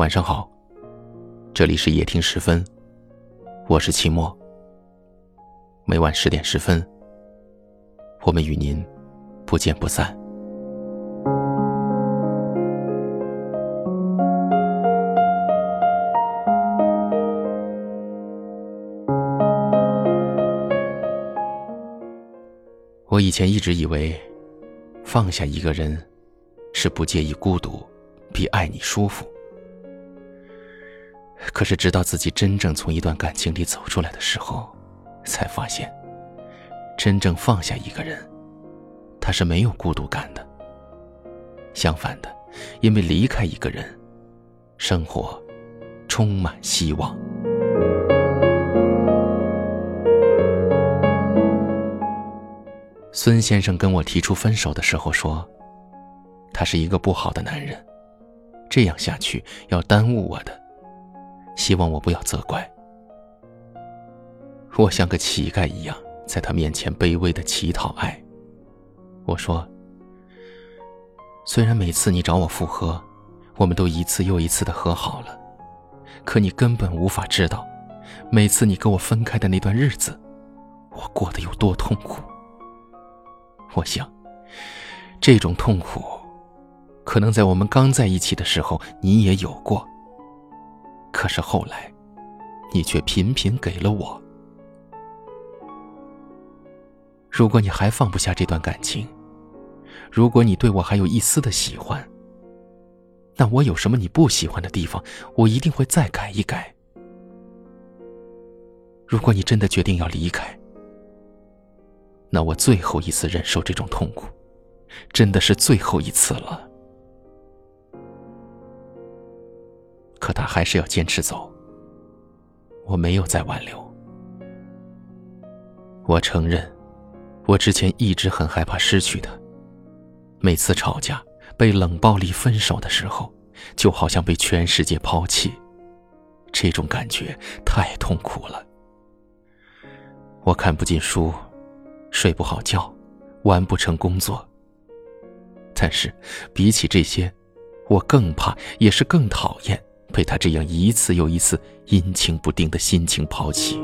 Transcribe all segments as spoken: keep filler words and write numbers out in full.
晚上好，这里是夜听十分，我是齐墨。每晚十点十分，我们与您不见不散。我以前一直以为，放下一个人是不介意孤独，比爱你舒服。可是直到自己真正从一段感情里走出来的时候，才发现，真正放下一个人，他是没有孤独感的。相反的，因为离开一个人，生活充满希望。孙先生跟我提出分手的时候说，他是一个不好的男人，这样下去要耽误我的，希望我不要责怪。我像个乞丐一样在他面前卑微的乞讨爱。我说，虽然每次你找我复合，我们都一次又一次的和好了，可你根本无法知道，每次你跟我分开的那段日子，我过得有多痛苦。我想，这种痛苦可能在我们刚在一起的时候你也有过，可是后来你却频频给了我。如果你还放不下这段感情，如果你对我还有一丝的喜欢，那我有什么你不喜欢的地方，我一定会再改一改。如果你真的决定要离开，那我最后一次忍受这种痛苦，真的是最后一次了。可他还是要坚持走，我没有再挽留。我承认，我之前一直很害怕失去他，每次吵架被冷暴力分手的时候，就好像被全世界抛弃，这种感觉太痛苦了。我看不进书，睡不好觉，完不成工作。但是比起这些，我更怕也是更讨厌被他这样一次又一次阴晴不定的心情抛弃。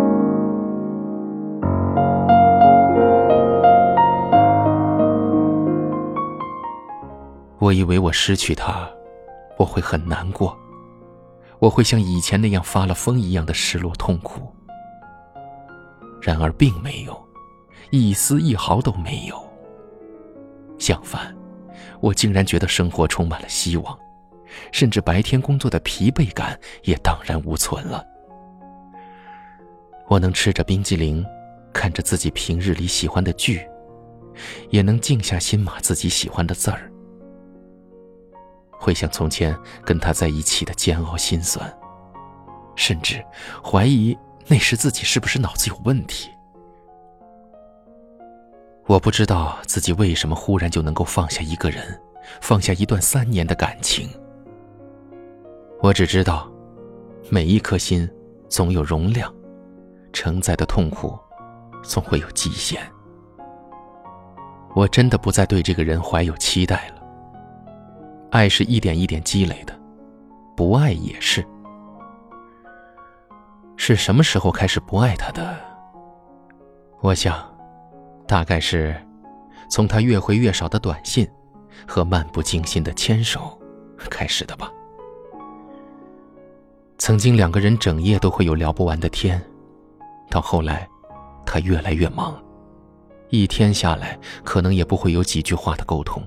我以为我失去他，我会很难过，我会像以前那样发了疯一样的失落痛苦。然而并没有，一丝一毫都没有。相反，我竟然觉得生活充满了希望，甚至白天工作的疲惫感也荡然无存了。我能吃着冰激凌，看着自己平日里喜欢的剧，也能静下心码自己喜欢的字儿。回想从前跟他在一起的煎熬心酸，甚至怀疑那时自己是不是脑子有问题。我不知道自己为什么忽然就能够放下一个人，放下一段三年的感情。我只知道，每一颗心总有容量，承载的痛苦总会有极限。我真的不再对这个人怀有期待了。爱是一点一点积累的，不爱也是。是什么时候开始不爱他的？我想，大概是从他越回越少的短信和漫不经心的牵手开始的吧。曾经两个人整夜都会有聊不完的天，到后来他越来越忙，一天下来可能也不会有几句话的沟通。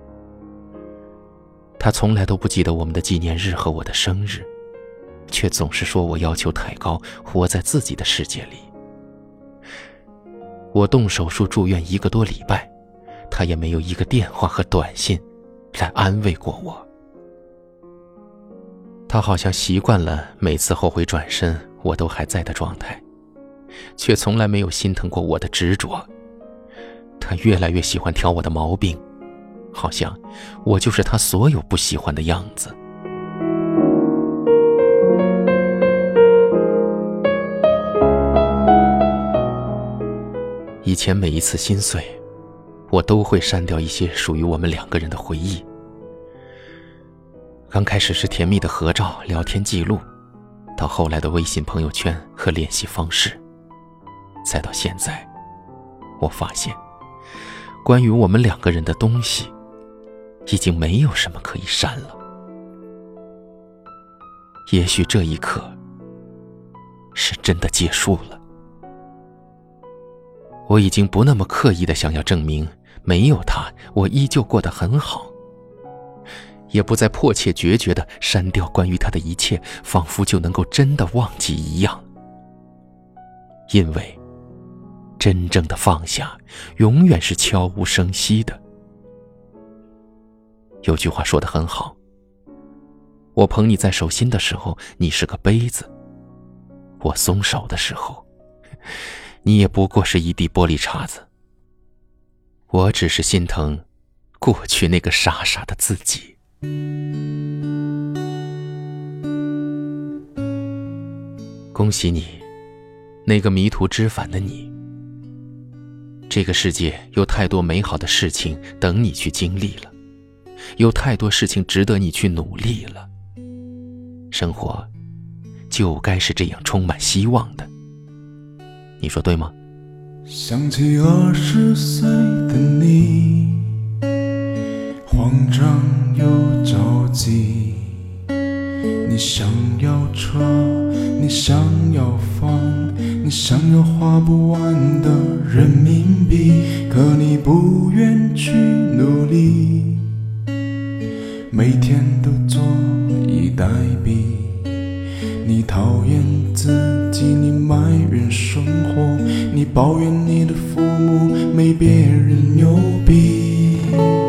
他从来都不记得我们的纪念日和我的生日，却总是说我要求太高，活在自己的世界里。我动手术住院一个多礼拜，他也没有一个电话和短信来安慰过我。他好像习惯了每次后悔转身我都还在的状态，却从来没有心疼过我的执着。他越来越喜欢挑我的毛病，好像我就是他所有不喜欢的样子。以前每一次心碎，我都会删掉一些属于我们两个人的回忆。 刚开始是甜蜜的合照、聊天记录，到后来的微信朋友圈和联系方式，再到现在，我发现关于我们两个人的东西已经没有什么可以删了。也许这一刻是真的结束了。我已经不那么刻意的想要证明没有他我依旧过得很好，也不再迫切决绝地删掉关于他的一切，仿佛就能够真的忘记一样。因为真正的放下永远是悄无声息的。有句话说得很好，我捧你在手心的时候，你是个杯子；我松手的时候，你也不过是一地玻璃碴子。我只是心疼过去那个傻傻的自己。恭喜你，那个迷途知返的你。这个世界有太多美好的事情等你去经历了，有太多事情值得你去努力了。生活就该是这样充满希望的，你说对吗？ 想起二十岁的你，慌张又着急，你想要车，你想要房，你想要花不完的人民币，可你不愿去努力，每天都坐以待毙。你讨厌自己，你埋怨生活，你抱怨你的父母没别人牛逼。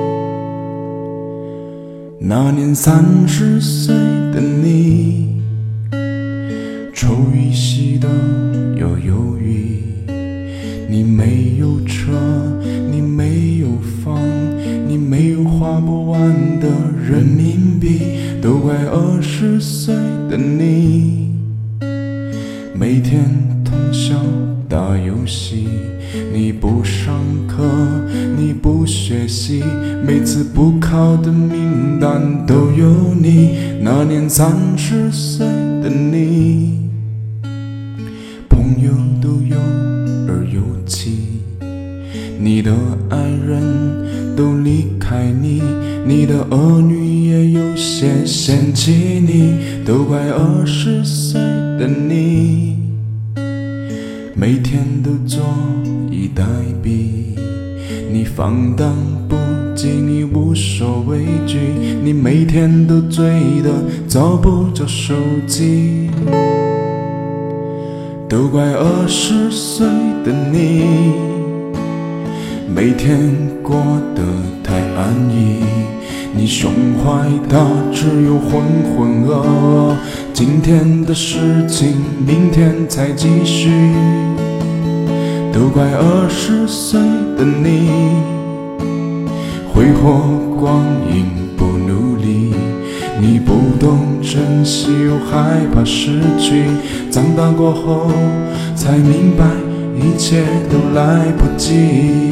那年三十岁的你，愁与喜的又忧郁，你没有车，你没有房，你没有花不完的人民币，都怪二十岁的你，每天通宵打游戏，你不上课，你不学习，每次补考的名单都有你。那年三十岁的你，朋友都有儿有妻，你的爱人都离开你，你的儿女也有些嫌弃你，都怪二十岁的你，每天都坐以待毙。你放荡不羁，你无所畏惧，你每天都醉得找不着手机，都怪二十岁的你，每天过得太安逸，你胸怀大，只有浑浑噩噩，今天的事情明天才继续，都怪二十岁的你，挥霍光阴不努力，你不懂珍惜又害怕失去，长大过后才明白一切都来不及。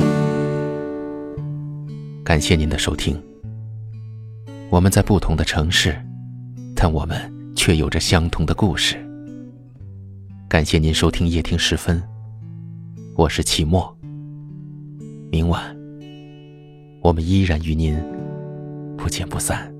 感谢您的收听。我们在不同的城市，但我们却有着相同的故事。感谢您收听夜听时分，我是齐墨。明晚我们依然与您不见不散。